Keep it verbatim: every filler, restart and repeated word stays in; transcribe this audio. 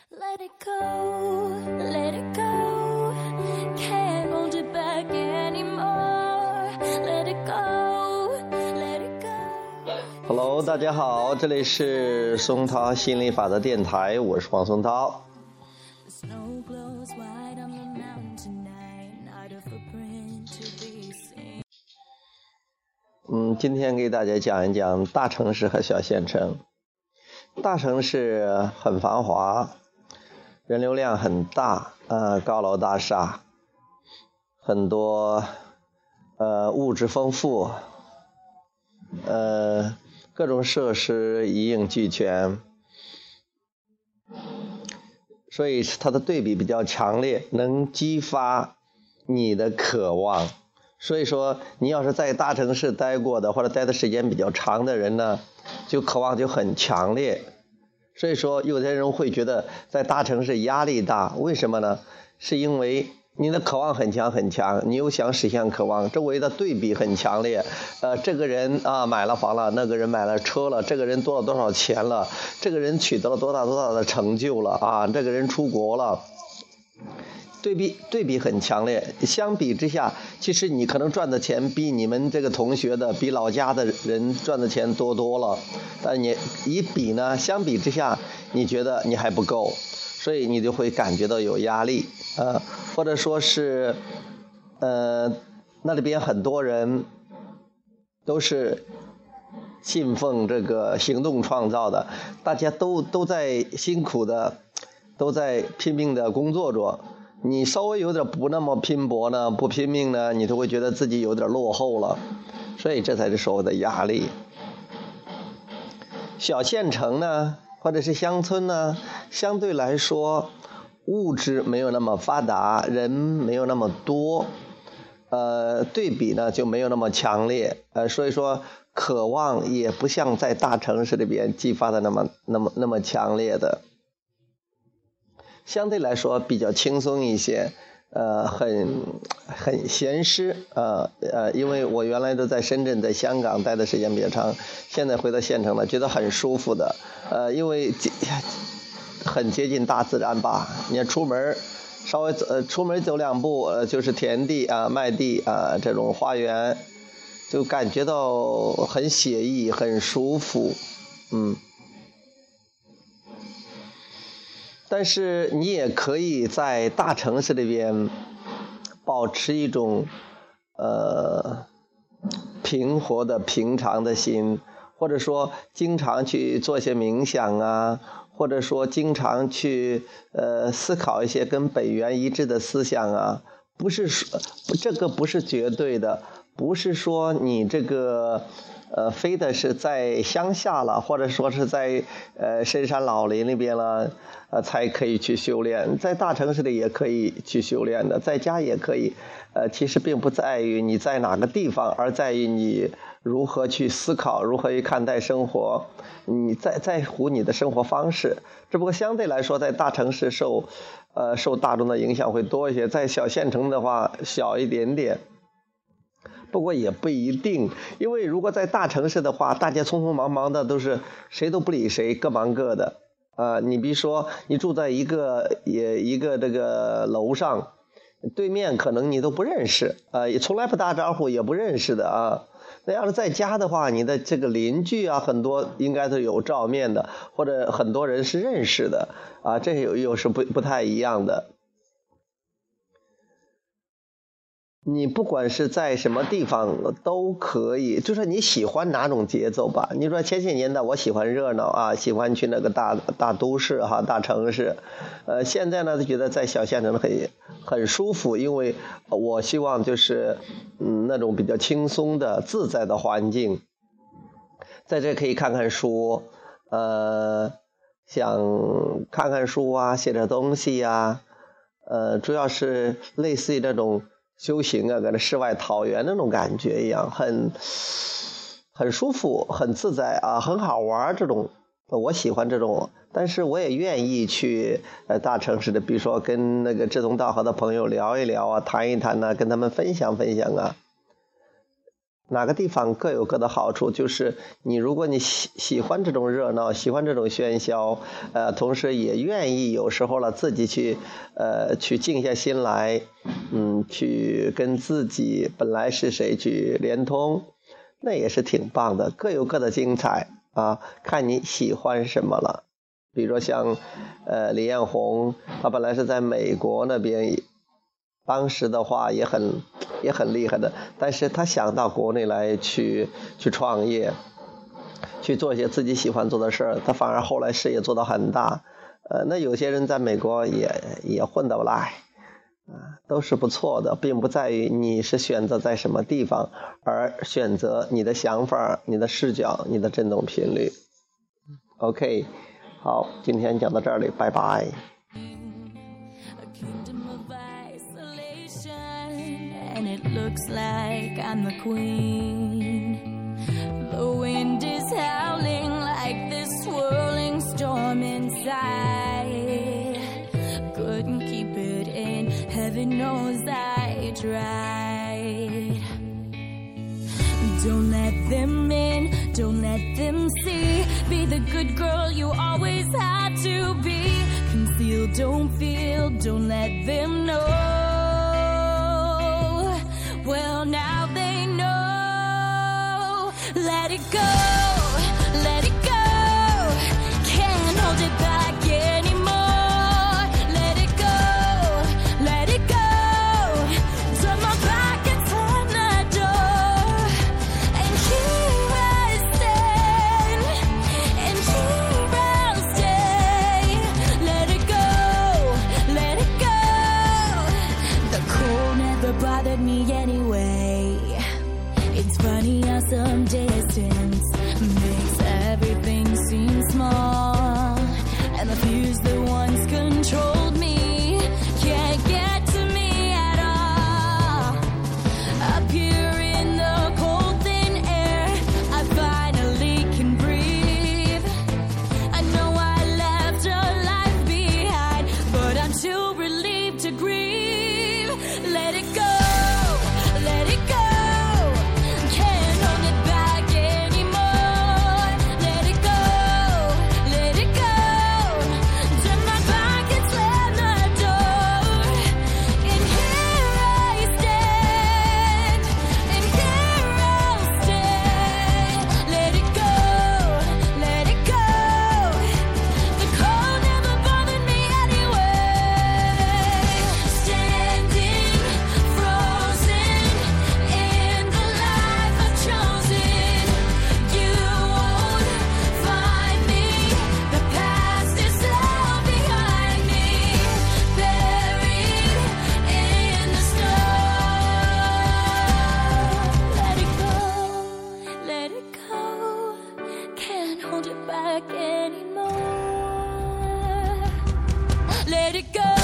Let it go, let it go, can't hold it back anymore. Let it go, let it go. Hello， 大家好，这里是松涛心理法则电台，我是黄松涛。 The snow glows white on the mountain tonight, not a footprint to be seen. 嗯，今天给大家讲一讲大城市和小县城。大城市很繁华，人流量很大，呃，高楼大厦，很多呃物质丰富，呃各种设施一应俱全，所以它的对比比较强烈，能激发你的渴望。所以说你要是在大城市待过的，或者待的时间比较长的人呢，就渴望就很强烈。所以说有的人会觉得在大城市压力大，为什么呢？是因为你的渴望很强很强，你又想实现渴望，周围的对比很强烈。呃，这个人啊买了房了，那个人买了车了，这个人多了多少钱了，这个人取得了多大多大的成就了啊，这个人出国了。对比对比很强烈，相比之下，其实你可能赚的钱比你们这个同学的、比老家的人赚的钱多多了，但你一比呢，相比之下，你觉得你还不够，所以你就会感觉到有压力，呃，或者说是，呃，那里边很多人都是信奉这个行动创造的，大家都都在辛苦的，都在拼命的工作着。你稍微有点不那么拼搏呢，不拼命呢，你都会觉得自己有点落后了，所以这才是所谓的压力。小县城呢，或者是乡村呢，相对来说物质没有那么发达，人没有那么多，呃，对比呢就没有那么强烈，呃，所以说渴望也不像在大城市里边激发的那么那么那么强烈的。相对来说比较轻松一些，呃，很很闲适，呃呃，因为我原来都在深圳、在香港待的时间比较长，现在回到县城了，觉得很舒服的，呃，因为很接近大自然吧。你看出门稍微走，呃，出门走两步，呃，就是田地啊、麦地啊这种花园，就感觉到很写意、很舒服，嗯。但是你也可以在大城市里边保持一种呃平和的平常的心，或者说经常去做一些冥想啊，或者说经常去呃思考一些跟本源一致的思想啊，不是说这个不是绝对的，不是说你这个呃非的是在乡下了，或者说是在呃深山老林那边了，呃才可以去修炼，在大城市里也可以去修炼的，在家也可以，呃其实并不在于你在哪个地方，而在于你如何去思考，如何去看待生活，你在在乎你的生活方式。只不过相对来说在大城市受呃受大众的影响会多一些，在小县城的话小一点点。不过也不一定，因为如果在大城市的话，大家匆匆忙忙的，都是谁都不理谁，各忙各的。啊，你比如说你住在一个也一个这个楼上，对面可能你都不认识，啊，也从来不打招呼，也不认识的啊。那要是在家的话，你的这个邻居啊，很多应该都有照面的，或者很多人是认识的，啊，这又又是不不太一样的。你不管是在什么地方都可以，就是你喜欢哪种节奏吧。你说前些年的我喜欢热闹啊，喜欢去那个大大都市哈、大城市，呃，现在呢就觉得在小县城很很舒服，因为我希望就是嗯那种比较轻松的自在的环境，在这可以看看书，呃，想看看书啊，写点东西呀、啊，呃，主要是类似于那种修行啊，跟世外桃源那种感觉一样，很很舒服，很自在啊，很好玩这种，我喜欢这种。但是我也愿意去呃大城市的，比如说跟那个志同道合的朋友聊一聊啊，谈一谈呐、啊，跟他们分享分享啊。 哪个地方各有各的好处，就是你如果你喜喜欢这种热闹，喜欢这种喧嚣，呃，同时也愿意有时候了自己去，呃，去静下心来，嗯，去跟自己本来是谁去连通，那也是挺棒的，各有各的精彩啊，看你喜欢什么了。比如说像，呃，李彦宏，他本来是在美国那边。当时的话也很也很厉害的，但是他想到国内来去去创业，去做一些自己喜欢做的事儿，他反而后来事业做到很大。呃，那有些人在美国也也混得来，啊，都是不错的，并不在于你是选择在什么地方，而选择你的想法、你的视角、你的振动频率。OK， 好，今天讲到这里，拜拜。 And it looks like I'm the queen. The wind is howling like this swirling storm inside. Couldn't keep it in, heaven knows I tried. Don't let them in, don't let them see. Be the good girl you always had to be. Conceal, don't feel, don't let them know. Well, now they know. Let it go, let it go. Can't hold it back anymore. Let it go, let it go. Turn my back and slam the door. And here I stand, and here I'll stay. Let it go, let it go. The cold never bothered me anyway. It's funny how some distance makes everything seem small, and the fears that once controlled me can't get to me at all. Up here in the cold thin air, I finally can breathe. I know I left a life behind, but I'm too relieved to grieve. Let it go, let it go. Can't hold it back anymore. Let it go, let it go. Turn my back and slam the door. And here I stand, and here I'll stay. Let it go, let it go. The cold never bothered me anyway. Standing frozen in the life I've chosen. You won't find me. The past is all behind me, buried in the snow. Let it go, let it go. Can't hold it back anymore. Let it go.